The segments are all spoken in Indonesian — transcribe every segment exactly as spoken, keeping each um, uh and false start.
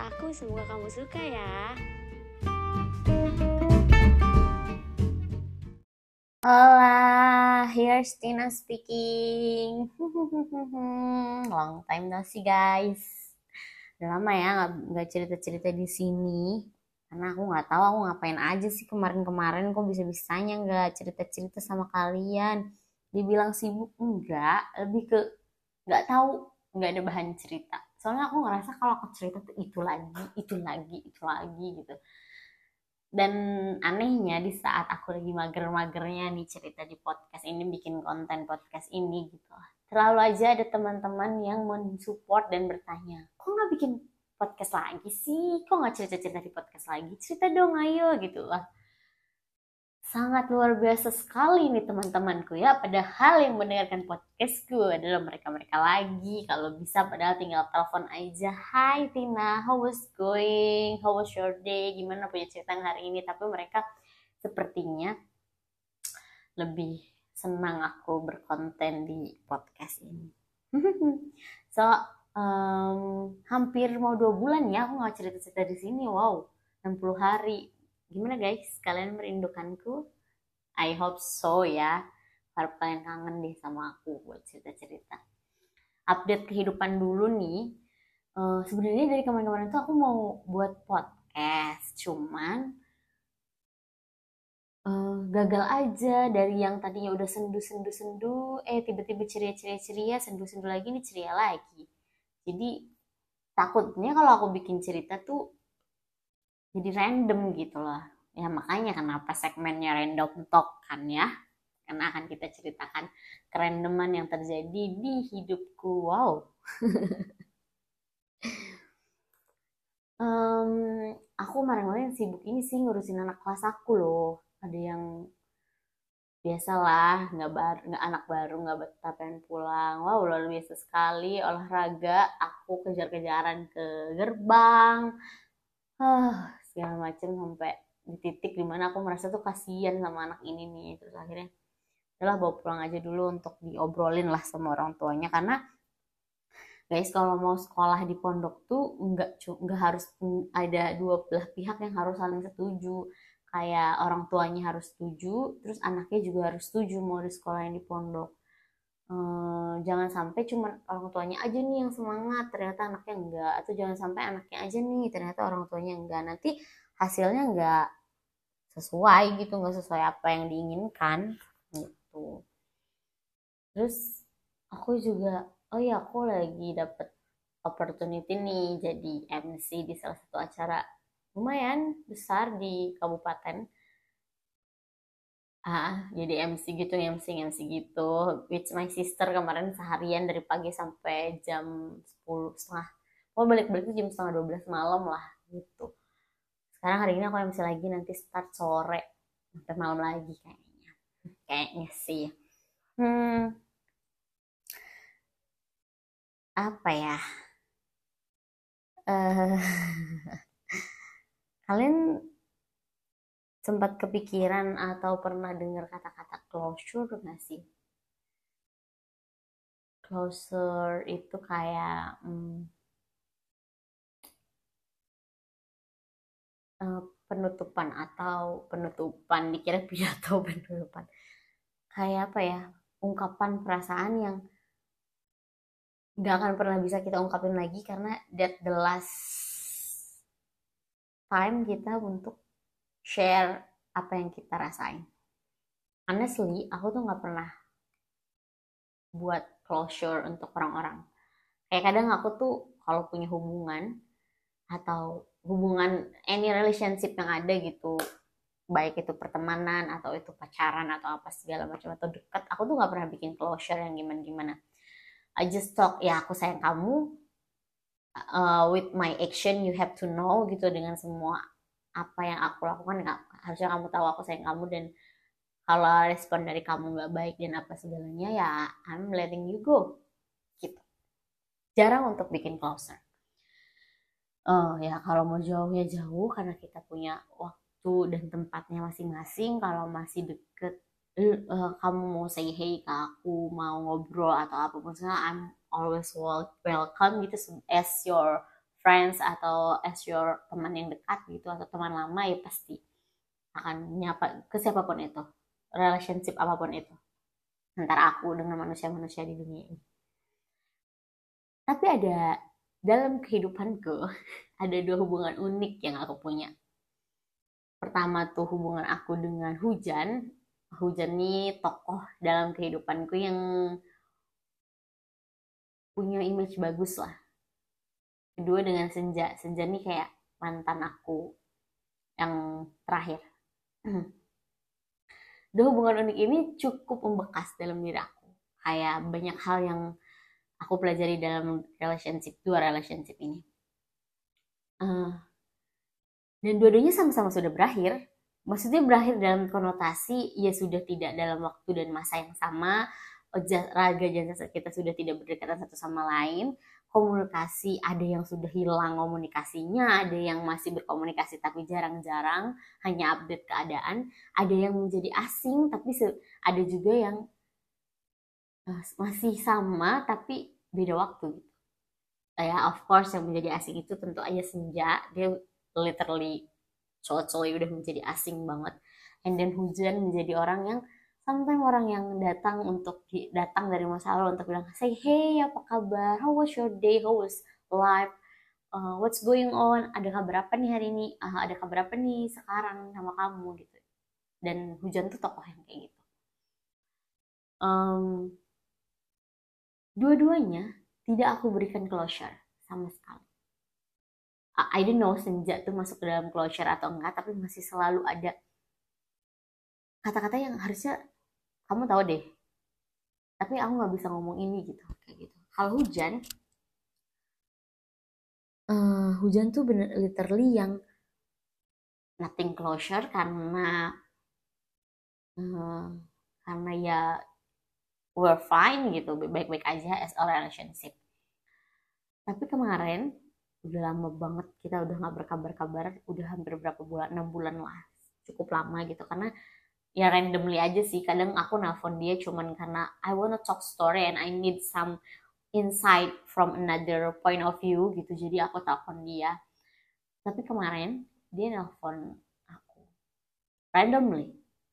aku. Semoga kamu suka ya. Hola, here's Tina speaking. Long time no see guys. Udah lama ya nggak nggak cerita-cerita di sini. Karena aku nggak tahu aku ngapain aja sih kemarin-kemarin. Kok bisa-bisanya nggak cerita-cerita sama kalian. Dibilang sibuk enggak, lebih ke nggak tahu, nggak ada bahan cerita. Soalnya aku ngerasa kalau aku cerita tuh itu lagi, itu lagi, itu lagi gitu. Dan anehnya di saat aku lagi mager-magernya nih cerita di podcast ini, bikin konten podcast ini gitu, selalu aja ada teman-teman yang mensupport dan bertanya, kok nggak bikin podcast lagi sih, kok nggak cerita-cerita di podcast lagi, cerita dong ayo gitu lah. Sangat luar biasa sekali nih teman-temanku ya. Padahal yang mendengarkan podcastku adalah mereka-mereka lagi. Kalau bisa padahal tinggal telepon aja. Hai Tina, how was going? How was your day? Gimana punya cerita hari ini? Tapi mereka sepertinya lebih senang aku berkonten di podcast ini. So, um, hampir mau dua bulan ya aku nggak cerita-cerita di sini. Wow, enam puluh hari. Gimana guys? Kalian merindukanku? I hope so ya. Harap kalian kangen deh sama aku buat cerita-cerita. Update kehidupan dulu nih. Uh, sebenarnya dari kemarin-kemarin tuh aku mau buat podcast, cuman uh, gagal aja. Dari yang tadinya udah sendu-sendu-sendu, eh tiba-tiba ceria-ceria-ceria, sendu-sendu lagi nih ceria lagi. Jadi takutnya kalau aku bikin cerita tuh jadi random gitu loh. Ya makanya kenapa segmennya random talk kan ya. Karena akan kita ceritakan kerandoman yang terjadi di hidupku. Wow. um, aku kemarin-kemarin sibuk ini sih ngurusin anak kelas aku loh. Ada yang biasalah, nggak baru, nggak anak baru, nggak betah pengen pulang. Wow, luar biasa sekali olahraga. Aku kejar-kejaran ke gerbang, ah segala macam sampai di titik dimana aku merasa tuh kasihan sama anak ini nih. Terus akhirnya udahlah bawa pulang aja dulu untuk diobrolin lah sama orang tuanya. Karena guys, kalau mau sekolah di pondok tuh nggak nggak harus ada dua belah pihak yang harus saling setuju. Kayak orang tuanya harus setuju, terus anaknya juga harus setuju mau di sekolah yang di pondok. Ehm, jangan sampai cuma orang tuanya aja nih yang semangat, ternyata anaknya enggak. Atau jangan sampai anaknya aja nih, ternyata orang tuanya enggak. Nanti hasilnya enggak sesuai gitu, nggak sesuai apa yang diinginkan gitu. Terus aku juga, oh ya aku lagi dapet opportunity nih jadi M C di salah satu acara lumayan besar di kabupaten. Ah, jadi M C gitu, M C M C gitu. With my sister kemarin seharian dari pagi sampai jam sepuluh setengah. Oh balik-balik tuh jam setengah dua belas malam lah gitu. Sekarang hari ini aku M C lagi, nanti start sore sampai malam lagi kayaknya. Kayaknya sih. Hmm, apa ya? Eh, kalian sempat kepikiran atau pernah dengar kata-kata closure nggak sih? Closure itu kayak hmm, eh, penutupan atau penutupan, dikira pidato penutupan. Kayak apa ya? Ungkapan perasaan yang nggak akan pernah bisa kita ungkapin lagi karena that the last time kita untuk share apa yang kita rasain. Honestly, aku tuh nggak pernah buat closure untuk orang-orang. Kayak kadang aku tuh kalau punya hubungan atau hubungan any relationship yang ada gitu, baik itu pertemanan atau itu pacaran atau apa segala macam atau dekat, aku tuh nggak pernah bikin closure yang gimana gimana. I just talk, ya aku sayang kamu, uh, with my action you have to know gitu, dengan semua apa yang aku lakukan nggak harusnya kamu tahu aku sayang kamu, dan kalau respon dari kamu nggak baik dan apa segalanya ya I'm letting you go gitu. Jarang untuk bikin closer. Oh ya kalau mau jauhnya jauh karena kita punya waktu dan tempatnya masing-masing. Kalau masih deket, uh, kamu mau say hey ke aku, mau ngobrol atau apapun, saya I'm always welcome gitu as your friends atau as your teman yang dekat gitu atau teman lama, ya pasti akan nyapa ke siapapun itu, relationship apapun itu antara aku dengan manusia-manusia di dunia ini. Tapi ada dalam kehidupanku ada dua hubungan unik yang aku punya. Pertama tuh hubungan aku dengan hujan. Hujan nih tokoh dalam kehidupanku yang punya image bagus lah. Kedua dengan Senja. Senja nih kayak mantan aku yang terakhir. Dua hubungan unik ini cukup membekas dalam diri aku. Kayak banyak hal yang aku pelajari dalam relationship, dua relationship ini. Uh, dan dua-duanya sama-sama sudah berakhir. Maksudnya berakhir dalam konotasi ya sudah tidak dalam waktu dan masa yang sama. Raga dan jasad kita sudah tidak berdekatan satu sama lain. Komunikasi ada yang sudah hilang komunikasinya, ada yang masih berkomunikasi tapi jarang-jarang hanya update keadaan, ada yang menjadi asing tapi ada juga yang masih sama tapi beda waktu. Ya of course yang menjadi asing itu tentu aja Senja, dia literally cowok-cowok udah menjadi asing banget. And then Hujan menjadi orang yang sometimes orang yang datang untuk datang dari masa lalu untuk bilang, say hey apa kabar, how was your day, how was life, uh, what's going on, ada kabar apa nih hari ini, uh, ada kabar apa nih sekarang sama kamu gitu. Dan Hujan tuh tokoh yang kayak gitu. Um, dua-duanya tidak aku berikan closure sama sekali. I don't know Senja tuh masuk ke dalam closure atau enggak, tapi masih selalu ada kata-kata yang harusnya kamu tahu deh, tapi aku nggak bisa ngomong ini gitu, kayak gitu. Kalau Hujan, uh, Hujan tuh bener literally yang nothing closure karena uh, karena ya we're fine gitu, baik-baik aja as a relationship. Tapi kemarin udah lama banget kita udah nggak berkabar-kabar, udah hampir berapa bulan, enam bulan lah, cukup lama gitu. Karena ya randomly aja sih, kadang aku nelpon dia cuman karena I wanna talk story and I need some insight from another point of view gitu, jadi aku telepon dia. Tapi kemarin dia nelpon aku randomly.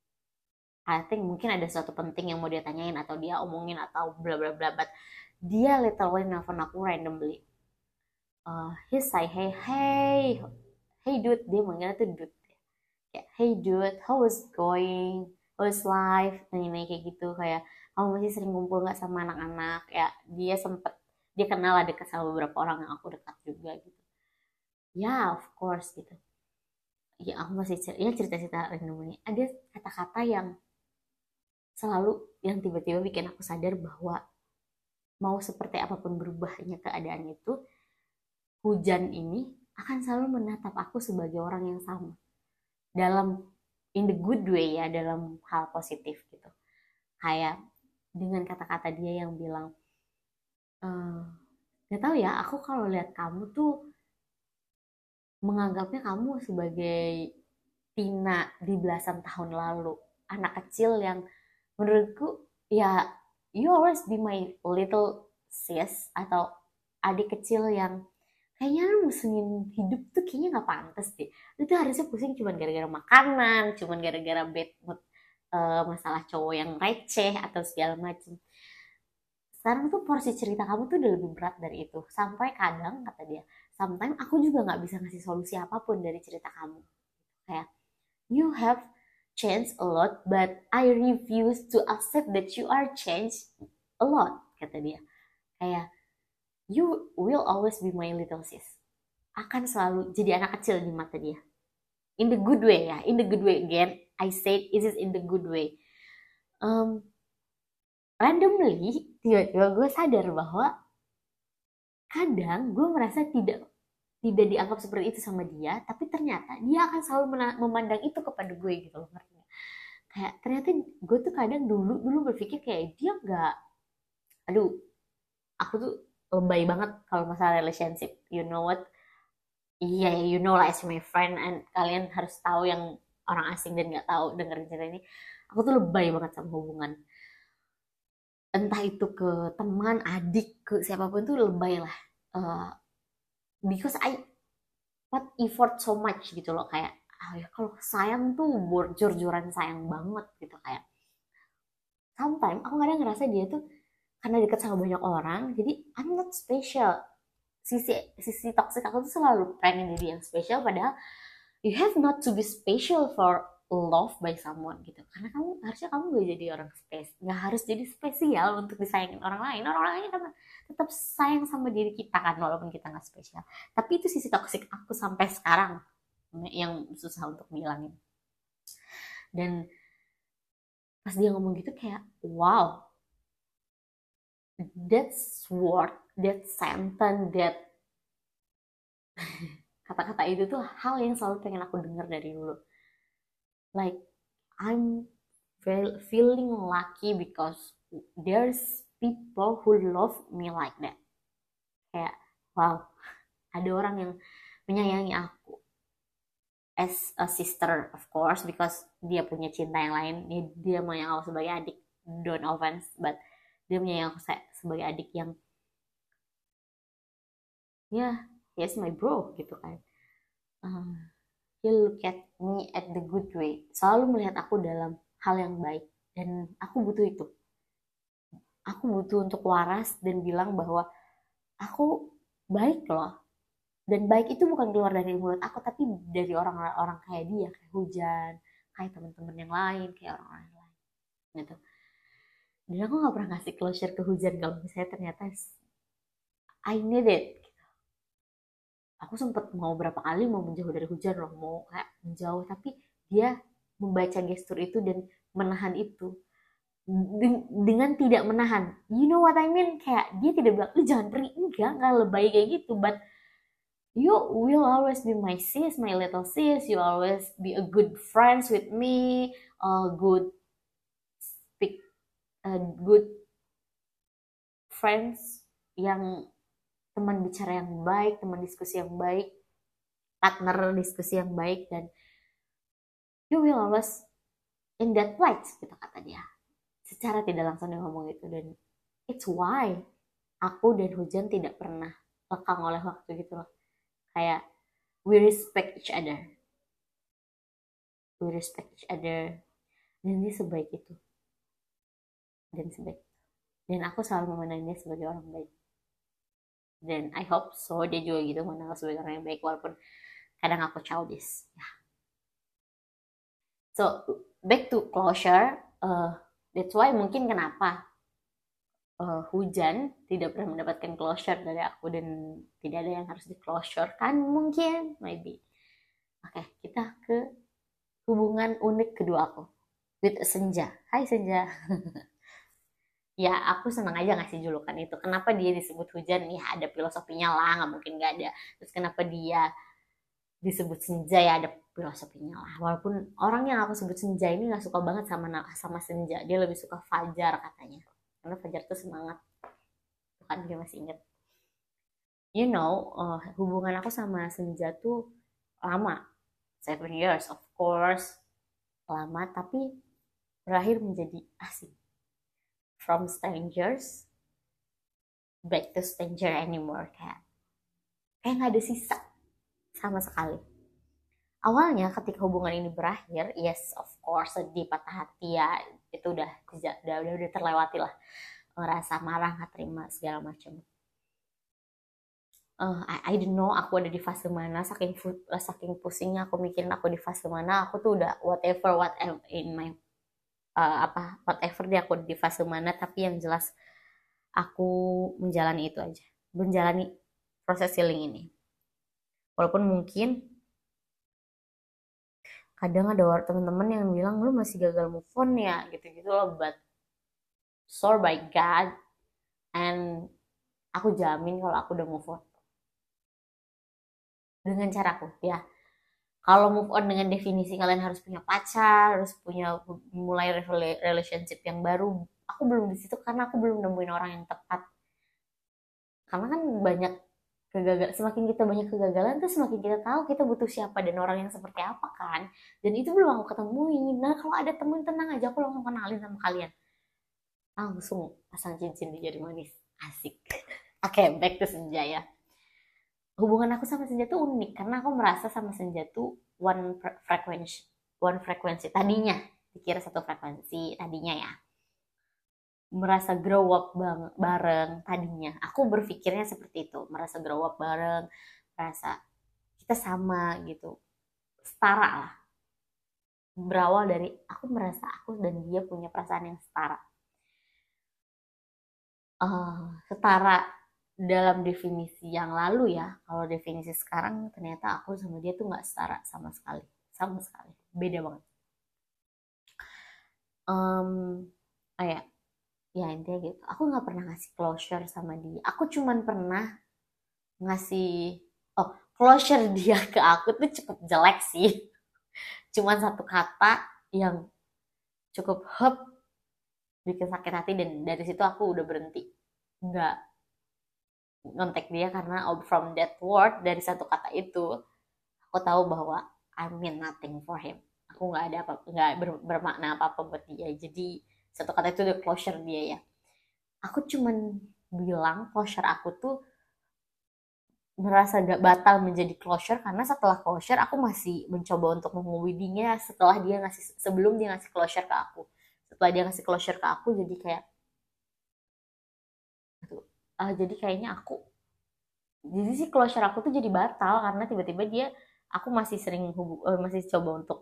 I think mungkin ada sesuatu penting yang mau dia tanyain atau dia omongin atau bla bla bla, but dia literally nelpon aku randomly. Uh, he say hey hey hey dude, dia manggilnya tuh dude. Kayak, hey dude, how was going, how was life, nanya-nanya kayak gitu. Kayak kamu masih sering ngumpul nggak sama anak-anak? Ya dia sempet, dia kenal lah dekat sama beberapa orang yang aku dekat juga gitu. Ya of course gitu. Ya aku masih cerita, ya cerita-cerita random ini. Ada kata-kata yang selalu yang tiba-tiba bikin aku sadar bahwa mau seperti apapun berubahnya keadaan itu, Hujan ini akan selalu menatap aku sebagai orang yang sama. Dalam in the good way ya, dalam hal positif gitu. Kayak dengan kata-kata dia yang bilang, e, gak tahu ya, aku kalau lihat kamu tuh menganggapnya kamu sebagai Tina di belasan tahun lalu, anak kecil yang menurutku ya you always be my little sis, atau adik kecil yang kayaknya lu musuhin hidup tuh kayaknya gak pantas deh. Lu tuh harusnya pusing cuman gara-gara makanan, cuman gara-gara bad mood, uh, masalah cowok yang receh atau segala macam. Sekarang tuh porsi cerita kamu tuh udah lebih berat dari itu. Sampai kadang, kata dia, sometimes aku juga gak bisa ngasih solusi apapun dari cerita kamu. Kayak, you have changed a lot, but I refuse to accept that you are changed a lot, kata dia. Kayak, you will always be my little sis. Akan selalu jadi anak kecil di mata dia. In the good way ya. In the good way. Again, I said it is in the good way. Um, randomly, tiba-tiba gue sadar bahwa kadang gue merasa tidak tidak dianggap seperti itu sama dia, tapi ternyata dia akan selalu memandang itu kepada gue gitu loh. Kayak ternyata gue tuh kadang dulu dulu berpikir kayak dia gak, aduh, aku tuh lebay banget kalau masalah relationship, you know what? Iya, yeah, you know lah as my friend, and kalian harus tahu yang orang asing dan nggak tahu dengerin cerita ini, aku tuh lebay banget sama hubungan. Entah itu ke teman, adik, ke siapapun tuh lebay lah. Uh, because I put effort so much gitu loh, kayak ah, ya kalau sayang tuh jor-joran sayang banget gitu. Kayak sometimes aku kadang ngerasa dia tuh karena deket sama banyak orang jadi I'm not special. Sisi sisi toxic aku tuh selalu pengen jadi yang spesial, padahal you have not to be special for love by someone gitu. Karena kamu harusnya kamu gak jadi orang spesial, nggak harus jadi spesial untuk disayangin orang lain. Orang lain kan tetap sayang sama diri kita kan walaupun kita nggak spesial. Tapi itu sisi toxic aku sampai sekarang yang susah untuk bilangin. Dan pas dia ngomong gitu kayak wow, that's word, that sentence, that kata-kata itu tuh hal yang selalu pengen aku dengar dari dulu. Like I'm feeling lucky because there's people who love me like that. Kayak wow, ada orang yang menyayangi aku as a sister, of course, because dia punya cinta yang lain. Dia, dia menyayang aku sebagai adik, don't offense, but dia menyayang aku sebagai adik yang ya yeah, he's my bro gitu kan. Uh, he look at me at the good way, selalu melihat aku dalam hal yang baik, dan aku butuh itu. Aku butuh untuk waras dan bilang bahwa aku baik loh. Dan baik itu bukan keluar dari mulut aku, tapi dari orang-orang kayak dia, kayak Hujan, kayak teman-teman yang lain, kayak orang-orang yang lain gitu. Dan aku gak pernah ngasih closure ke Hujan kalau misalnya ternyata I need it. Aku sempet mau berapa kali mau menjauh dari Hujan loh, mau kayak menjauh, tapi dia membaca gestur itu dan menahan itu dengan tidak menahan. You know what I mean? Kayak dia tidak bilang, lu jangan pergi, enggak, enggak lebay kayak gitu, but you will always be my sis, my little sis. You always be a good friends with me, a good speak, a good friends, yang teman bicara yang baik, teman diskusi yang baik, partner diskusi yang baik, dan you will always in that place gitu kata dia. Secara tidak langsung dia ngomong gitu, dan it's why aku dan Hujan tidak pernah lekang oleh waktu gitu loh. Kayak we respect each other, we respect each other, dan dia sebaik itu, dan sebaik itu. Dan aku selalu memandang dia sebagai orang baik, dan I hope so dia juga gitu memandang aku sebagai orang yang baik, walaupun kadang aku childish ya. So back to closure, uh, that's why mungkin kenapa uh, Hujan tidak pernah mendapatkan closure dari aku, dan tidak ada yang harus di closure kan, mungkin maybe. Oke, okay, kita ke hubungan unik kedua aku with Senja. Hai Senja. Ya aku senang aja ngasih julukan itu. Kenapa dia disebut Hujan? Ya ada filosofinya lah, nggak mungkin nggak ada. Terus kenapa dia disebut Senja? Ya ada filosofinya lah. Walaupun orang yang aku sebut Senja ini nggak suka banget sama sama Senja, dia lebih suka Fajar katanya. Karena Fajar tuh semangat. Bukan, dia masih inget. You know, uh, hubungan aku sama Senja tuh lama, seven years of course, lama, tapi berakhir menjadi asing. From strangers back to stranger anymore, kayak kayak nggak ada sisa sama sekali. Awalnya ketika hubungan ini berakhir, yes of course sedih, patah hati ya, itu udah udah udah, udah terlewati lah, ngerasa marah, nggak terima segala macam. Uh, I, I don't know aku ada di fase mana, saking saking pusingnya aku mikirin aku di fase mana. Aku tuh udah whatever whatever in my uh, apa whatever dia aku di fase mana, tapi yang jelas aku menjalani itu aja, menjalani proses healing ini. Walaupun mungkin kadang ada orang teman-teman yang bilang lu masih gagal move on ya gitu-gitu loh, but sure by God, and aku jamin kalau aku udah move on dengan caraku ya. Kalau move on dengan definisi kalian harus punya pacar, harus punya mulai relationship yang baru, aku belum di situ karena aku belum nemuin orang yang tepat. Karena kan banyak kegagalan, semakin kita banyak kegagalan tuh semakin kita tahu kita butuh siapa dan orang yang seperti apa kan. Dan itu belum aku ketemuin. Nah kalau ada temen, tenang aja, aku langsung kenalin sama kalian, langsung pasang cincin di jari manis, asik. Oke, okay, back to Senja ya. hubungan aku sama Senja tuh unik karena aku merasa sama Senja tuh one frequency, one frequency tadinya dikira satu frekuensi tadinya ya, merasa grow up bang bareng tadinya aku berpikirnya seperti itu, merasa grow up bareng, merasa kita sama gitu, setara lah, berawal dari aku merasa aku dan dia punya perasaan yang setara. Eh, setara dalam definisi yang lalu ya, kalau definisi sekarang ternyata aku sama dia tuh nggak setara sama sekali, sama sekali beda banget. um, kayak ya intinya gitu, aku nggak pernah ngasih closure sama dia, aku cuman pernah ngasih, oh, closure dia ke aku tuh cukup jelek sih, cuman satu kata yang cukup hep bikin sakit hati, dan dari situ aku udah berhenti nggak ngontek dia karena from that word, dari satu kata itu aku tahu bahwa I mean nothing for him, aku nggak ada apa nggak ber, bermakna apa apa buat dia, jadi satu kata itu udah closure dia ya. Aku cuman bilang closure aku tuh merasa gak batal menjadi closure karena setelah closure aku masih mencoba untuk menguwidinya setelah dia ngasih, sebelum dia ngasih closure ke aku, setelah dia ngasih closure ke aku jadi kayak ah jadi kayaknya aku, jadi sih closure aku tuh jadi batal karena tiba-tiba dia, aku masih sering hubu, eh, masih coba untuk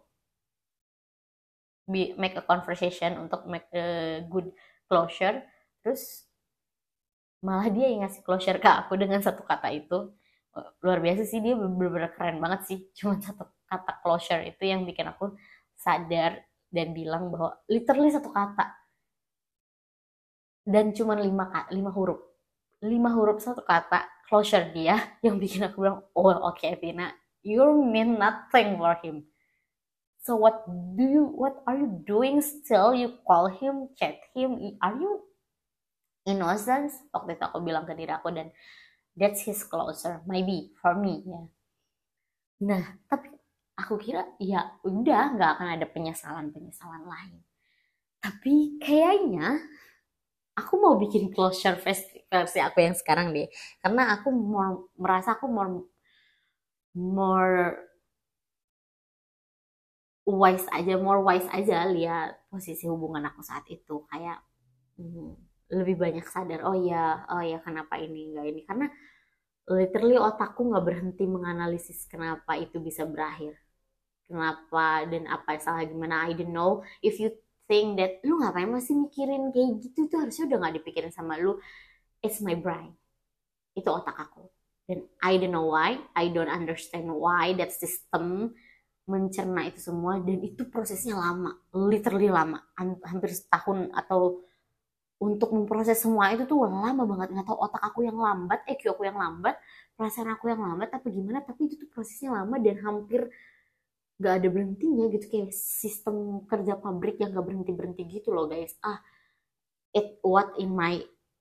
be, make a conversation untuk make a good closure, terus malah dia yang ngasih closure ke aku dengan satu kata itu. Luar biasa sih, dia bener-bener keren banget sih, cuma satu kata closure itu yang bikin aku sadar dan bilang bahwa literally satu kata dan cuma lima lima huruf, lima huruf satu kata closure dia yang bikin aku bilang oh oke okay, Vina, you mean nothing for him, so what do you what are you doing still, you call him, chat him, are you innocence, waktu itu aku bilang ke diri aku, dan that's his closer maybe for me ya. Nah tapi aku kira ya udah nggak akan ada penyesalan penyesalan lain, tapi kayaknya aku mau bikin closure versi, versi aku yang sekarang deh, karena aku more, merasa aku more more wise aja, more wise aja lihat posisi hubungan aku saat itu, kayak hmm, lebih banyak sadar oh ya, oh ya kenapa ini enggak ini, karena literally otakku nggak berhenti menganalisis kenapa itu bisa berakhir, kenapa dan apa yang salah gimana, I don't know if you think that lu ngapain masih mikirin kayak gitu, itu harusnya udah nggak dipikirin sama lu, it's my brain, itu otak aku, dan I don't know why, I don't understand why that system mencerna itu semua, dan itu prosesnya lama, literally lama, hampir setahun, atau untuk memproses semua itu tuh lama banget, nggak tahu otak aku yang lambat, E Q aku yang lambat, perasaan aku yang lambat apa gimana, tapi itu tuh prosesnya lama dan hampir gak ada berhentinya gitu, kayak sistem kerja pabrik yang gak berhenti berhenti gitu loh guys. Ah, it what in my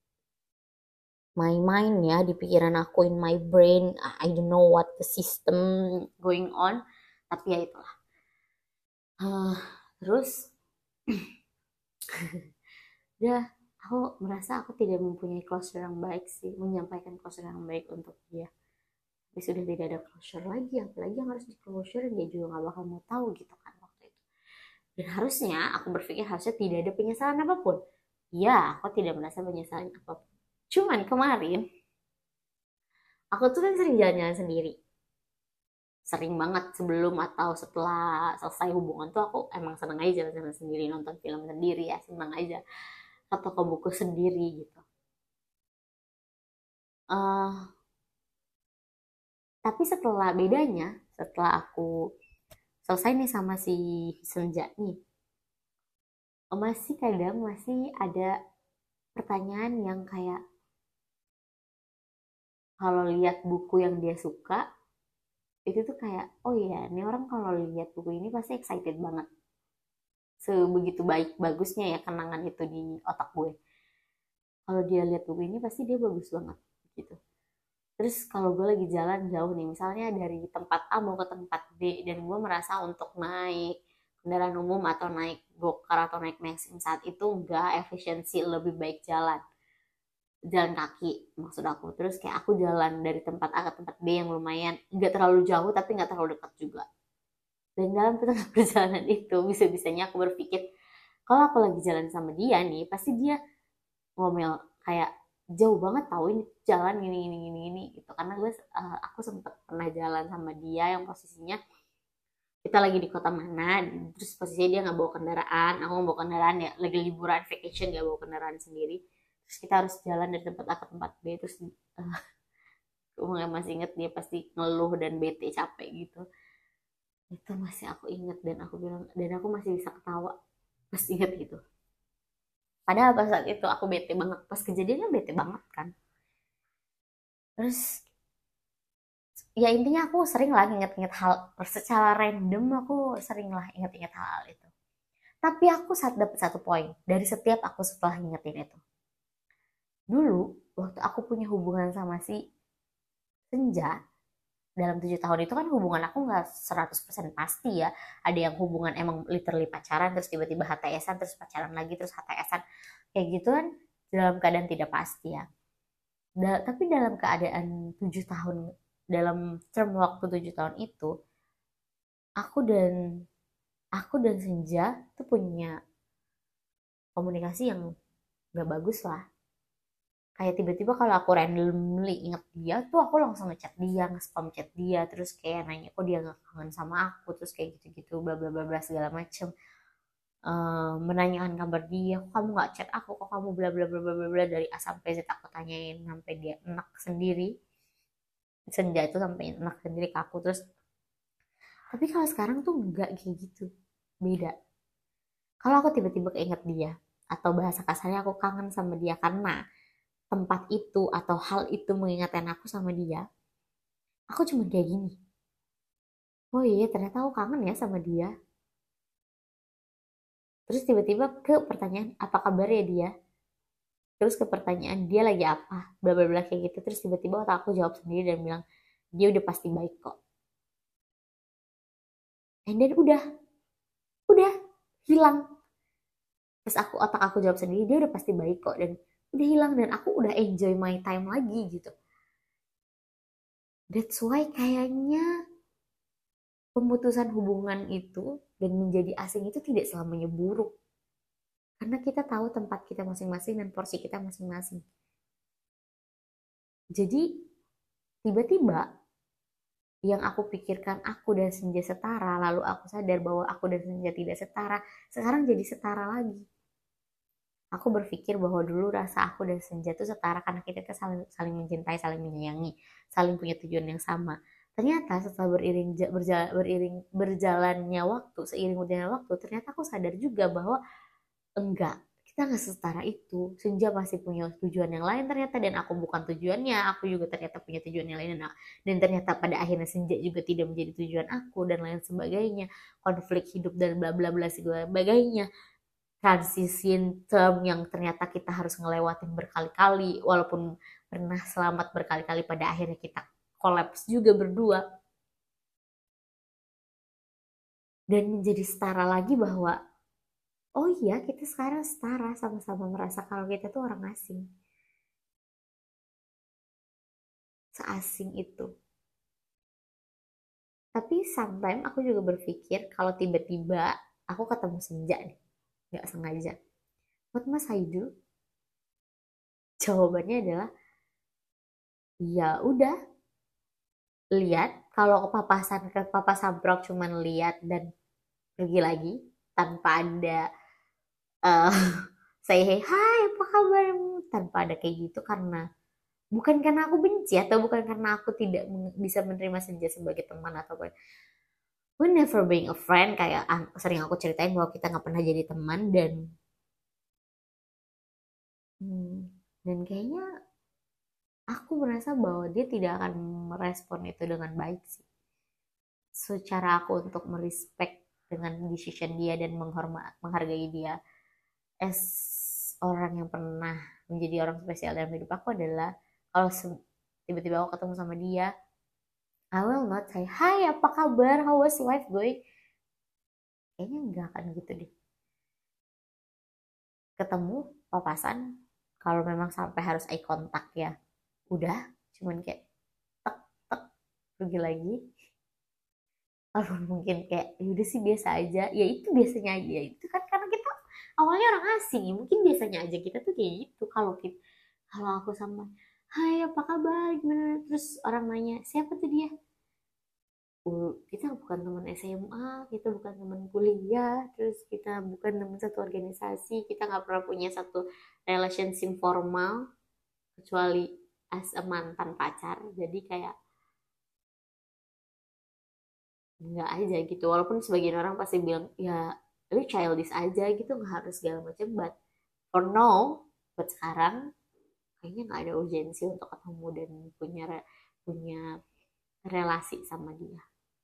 my mind ya, di pikiran aku, in my brain, I don't know what the system going on, tapi ya itulah. Uh, terus ya aku merasa aku tidak mempunyai closure yang baik sih, menyampaikan closure yang baik untuk dia. Tapi sudah tidak ada closure lagi, apalagi yang harus di closure, dia juga gak bakal mau tahu gitu kan waktu itu. Dan harusnya aku berpikir harusnya tidak ada penyesalan apapun. Ya, aku tidak merasa penyesalan apapun. Cuman kemarin aku tuh kan sering jalan-jalan sendiri, sering banget sebelum atau setelah selesai hubungan tuh aku emang seneng aja jalan-jalan sendiri, nonton film sendiri ya, seneng aja ke toko buku sendiri gitu. Uh, tapi setelah bedanya, setelah aku selesai nih sama si Senja nih, masih kadang masih ada pertanyaan yang kayak kalau lihat buku yang dia suka itu tuh kayak oh iya ini orang kalau lihat buku ini pasti excited banget, sebegitu baik bagusnya ya kenangan itu di otak gue, kalau dia lihat buku ini pasti dia bagus banget gitu. Terus kalau gue lagi jalan jauh nih, misalnya dari tempat A mau ke tempat B, dan gue merasa untuk naik kendaraan umum atau naik gokar atau naik maxim saat itu enggak efisiensi, lebih baik jalan. jalan kaki maksud aku. Terus kayak aku jalan dari tempat A ke tempat B yang lumayan nggak terlalu jauh tapi nggak terlalu dekat juga. Dan dalam tengah perjalanan itu bisa-bisanya aku berpikir kalau aku lagi jalan sama dia nih pasti dia ngomel kayak jauh banget tahu ini jalan gini gini gini gini gitu. Karena gue uh, aku sempat pernah jalan sama dia yang posisinya kita lagi di kota mana, terus posisinya dia nggak bawa kendaraan, aku nggak bawa kendaraan ya, lagi liburan vacation nggak bawa kendaraan sendiri, terus kita harus jalan dari tempat A ke tempat B, terus uh, aku masih inget dia pasti ngeluh dan bete capek gitu, itu masih aku inget dan aku bilang dan aku masih bisa ketawa pas inget gitu. Padahal pas saat itu aku bete banget, pas kejadiannya bete banget kan. Terus ya intinya aku sering lah inget-inget hal secara random, aku sering lah inget-inget hal itu. Tapi aku saat dapet satu poin dari setiap aku setelah ingetin itu. Dulu waktu aku punya hubungan sama si Senja dalam tujuh tahun itu kan hubungan aku nggak seratus persen pasti ya. Ada yang hubungan emang literally pacaran terus tiba-tiba H T S-an terus pacaran lagi terus H T S-an kayak gitu kan dalam keadaan tidak pasti ya. Da- tapi dalam keadaan tujuh tahun dalam term waktu tujuh tahun itu aku dan aku dan Senja tuh punya komunikasi yang gak bagus lah. Kayak tiba-tiba kalau aku randomly inget dia tuh aku langsung ngechat dia, nge-spam chat dia, terus kayak nanya kok dia gak kangen sama aku, terus kayak gitu-gitu bla bla bla bla segala macem. Eh, menanyakan kabar dia, kok kamu gak chat aku, kok kamu bla bla bla bla bla bla dari A sampai Z aku tanyain sampai dia enak sendiri. Senja itu sampai enak sendiri ke aku terus. Tapi kalau sekarang tuh nggak kayak gitu, beda. Kalau aku tiba-tiba keinget dia atau bahasa kasarnya aku kangen sama dia karena tempat itu atau hal itu mengingatkan aku sama dia, aku cuma kayak gini. Oh iya, ternyata aku kangen ya sama dia. Terus tiba-tiba ke pertanyaan, apa kabarnya dia? Terus ke pertanyaan, dia lagi apa? Bla bla bla kayak gitu. Terus tiba-tiba otak aku jawab sendiri dan bilang, dia udah pasti baik kok. And then udah, udah hilang. Terus aku otak aku jawab sendiri, dia udah pasti baik kok dan udah hilang dan aku udah enjoy my time lagi gitu. That's why kayaknya pemutusan hubungan itu dan menjadi asing itu tidak selamanya buruk. Karena kita tahu tempat kita masing-masing dan porsi kita masing-masing. Jadi tiba-tiba yang aku pikirkan aku dan Senja setara, lalu aku sadar bahwa aku dan Senja tidak setara, sekarang jadi setara lagi. Aku berpikir bahwa dulu rasa aku dan Senja itu setara karena kita tuh saling, saling mencintai, saling menyayangi, saling punya tujuan yang sama. Ternyata setelah beriring berjalan, beriring berjalannya waktu, seiring berjalannya waktu, ternyata aku sadar juga bahwa enggak, kita nggak setara itu. Senja masih punya tujuan yang lain ternyata dan aku bukan tujuannya. Aku juga ternyata punya tujuan yang lain dan, dan ternyata pada akhirnya Senja juga tidak menjadi tujuan aku dan lain sebagainya. Konflik hidup dan bla bla bla segala sebagainya. Transisi term yang ternyata kita harus ngelewatin berkali-kali walaupun pernah selamat berkali-kali pada akhirnya kita kolaps juga berdua dan menjadi setara lagi bahwa oh iya kita sekarang setara sama-sama merasa kalau kita tuh orang asing, seasing itu. Tapi sometimes aku juga berpikir kalau tiba-tiba aku ketemu Senja nih nggak sengaja, what must I do? Jawabannya adalah ya udah lihat, kalau papasan ke papa samprok cuman lihat dan pergi lagi tanpa ada uh, say hey hai apa kabarmu tanpa ada kayak gitu karena bukan karena aku benci atau bukan karena aku tidak bisa menerima Senja sebagai teman atau apa. We never being a friend kayak sering aku ceritain bahwa kita nggak pernah jadi teman dan hmm, dan kayaknya aku merasa bahwa dia tidak akan merespon itu dengan baik sih. Secara aku untuk merespek dengan decision dia dan menghormat menghargai dia as orang yang pernah menjadi orang spesial dalam hidup aku adalah kalau tiba-tiba aku ketemu sama dia I will not say hai apa kabar how was life boy, kayaknya nggak akan gitu deh. Ketemu papasan kalau memang sampai harus eye contact ya udah, cuman kayak tek tek pergi lagi. Kalau mungkin kayak ya udah sih biasa aja, ya itu biasanya aja, itu kan karena kita awalnya orang asing ya, mungkin biasanya aja kita tuh kayak gitu. Kalau kita, kalau aku sama hai apa kabar gimana, terus orang nanya siapa tuh dia, "Uh, kita bukan teman S M A, kita bukan teman kuliah, terus kita bukan teman satu organisasi, kita nggak pernah punya satu relationship formal kecuali as a mantan pacar." Jadi kayak nggak aja gitu, walaupun sebagian orang pasti bilang ya lu childish aja gitu, nggak harus segala macam, but for now, buat sekarang kayaknya nggak ada urgensi untuk ketemu dan punya re- punya relasi sama dia.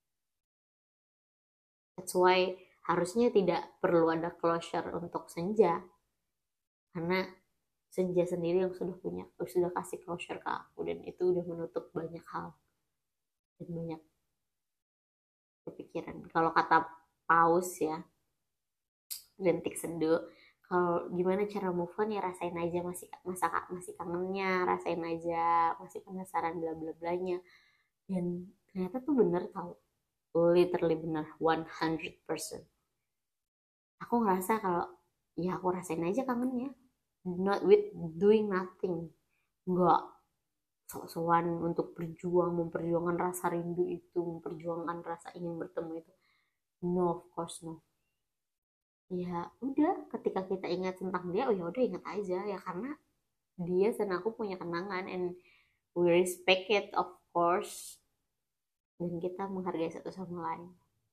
That's why harusnya tidak perlu ada closure untuk Senja, karena Senja sendiri yang sudah punya, sudah kasih closure ke aku, dan itu udah menutup banyak hal dan banyak kepikiran. Kalau kata Paus ya, Dentik Sendu, kalau gimana cara move on ya rasain aja, masih masa masih kangennya, rasain aja, masih penasaran bla bla blanya. Dan ternyata tuh bener tau, literally bener one hundred percent. Aku ngerasa kalau ya aku rasain aja kangennya, not with doing nothing, nggak sok-sokan untuk berjuang, memperjuangkan rasa rindu itu, memperjuangkan rasa ingin bertemu itu. No, of course no. Ya udah, ketika kita ingat tentang dia, oh ya udah ingat aja ya, karena dia dan aku punya kenangan, and we respect it of course, dan kita menghargai satu sama lain.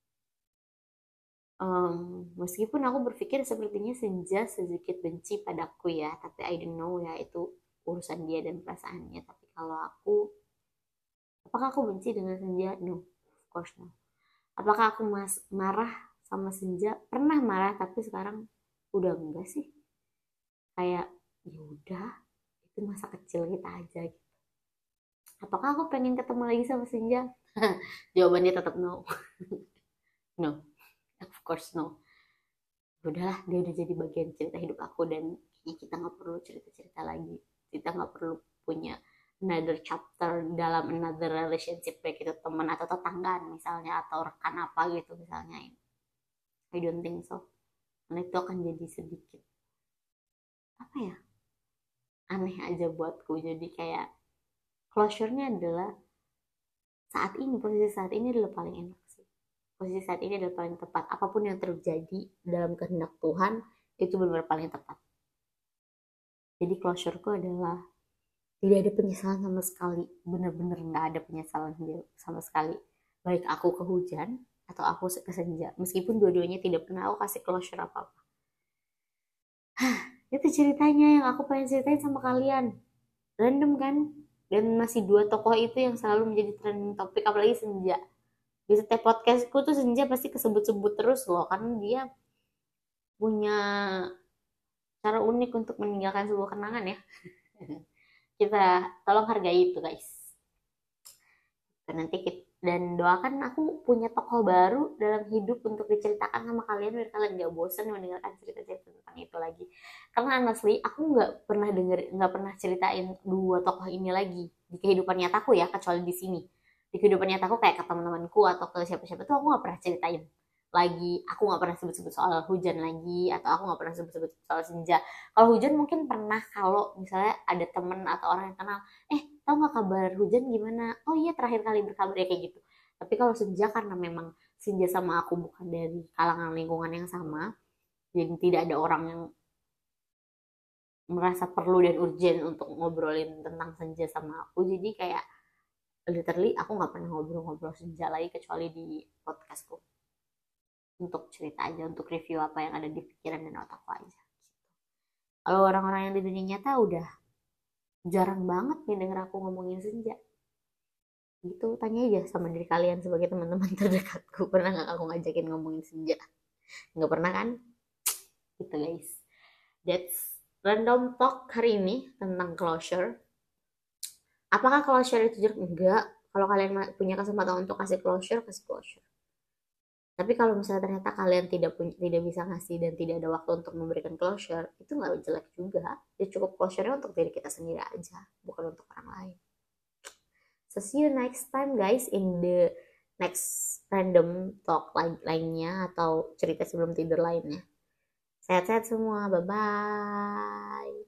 Um, meskipun aku berpikir sepertinya Senja sedikit benci padaku ya, tapi I don't know ya, itu urusan dia dan perasaannya. Tapi kalau aku, apakah aku benci dengan Senja? No, of course no. Apakah aku mas marah sama Senja? Pernah marah, tapi sekarang udah enggak sih. Kayak ya udah, itu masa kecil kita aja gitu. Apakah aku pengen ketemu lagi sama Senja? Jawabannya tetap no. No, of course no. Udahlah, dia udah jadi bagian cerita hidup aku, dan ya kita nggak perlu cerita-cerita lagi, kita nggak perlu punya another chapter dalam another relationship, baik itu teman atau tetanggaan misalnya, atau rekan apa gitu misalnya. I don't think so, karena itu akan jadi sedikit apa ya, aneh aja buatku. Jadi kayak closure-nya adalah saat ini, posisi saat ini adalah paling enak sih, posisi saat ini adalah paling tepat. Apapun yang terjadi dalam kehendak Tuhan itu benar-benar paling tepat. Jadi closureku adalah tidak ada penyesalan sama sekali, bener-bener nggak ada penyesalan sama sekali, baik aku ke Hujan atau aku ke Senja, meskipun dua-duanya tidak pernah aku kasih closure apa-apa. Itu ceritanya yang aku pengen ceritain sama kalian, random kan, dan masih dua tokoh itu yang selalu menjadi trending topik, apalagi Senja. Di setiap podcastku tuh Senja pasti kesebut-sebut terus loh, karena dia punya cara unik untuk meninggalkan sebuah kenangan ya. Kita tolong hargai itu guys. Dan nanti kita, dan doakan aku punya tokoh baru dalam hidup untuk diceritakan sama kalian, biar kalian gak bosan mendengarkan cerita-cerita tentang itu lagi. Karena honestly aku nggak pernah denger, nggak pernah ceritain dua tokoh ini lagi di kehidupan nyataku ya, kecuali di sini. Di kehidupan nyataku kayak ke teman-temanku atau ke siapa-siapa tuh aku nggak pernah ceritain lagi. Aku nggak pernah sebut-sebut soal Hujan lagi, atau aku nggak pernah sebut-sebut soal Senja. Kalau Hujan mungkin pernah, kalau misalnya ada temen atau orang yang kenal, eh tahu nggak kabar Hujan gimana, oh iya terakhir kali berkabar ya, kayak gitu. Tapi kalau Senja, karena memang Senja sama aku bukan dari kalangan lingkungan yang sama, jadi tidak ada orang yang merasa perlu dan urgent untuk ngobrolin tentang Senja sama aku. Jadi kayak literally aku nggak pernah ngobrol-ngobrol Senja lagi, kecuali di podcastku, untuk cerita aja, untuk review apa yang ada di pikiran dan otakku aja. Kalau orang-orang yang di dunia nyata udah jarang banget nih denger aku ngomongin Senja. Gitu, tanya aja sama diri kalian sebagai teman-teman terdekatku, pernah nggak aku ngajakin ngomongin Senja? Nggak pernah kan? Gitu guys. That's random talk hari ini tentang closure. Apakah closure itu jeruk? Enggak. Kalau kalian punya kesempatan untuk kasih closure, kasih closure. Tapi kalau misalnya ternyata kalian tidak punya, tidak bisa ngasih dan tidak ada waktu untuk memberikan closure, itu nggak jelek juga. Ya cukup closure-nya untuk diri kita sendiri aja, bukan untuk orang lain. So see you next time guys in the next random talk lain lainnya atau cerita sebelum tidur lainnya. Sehat-sehat semua, bye-bye.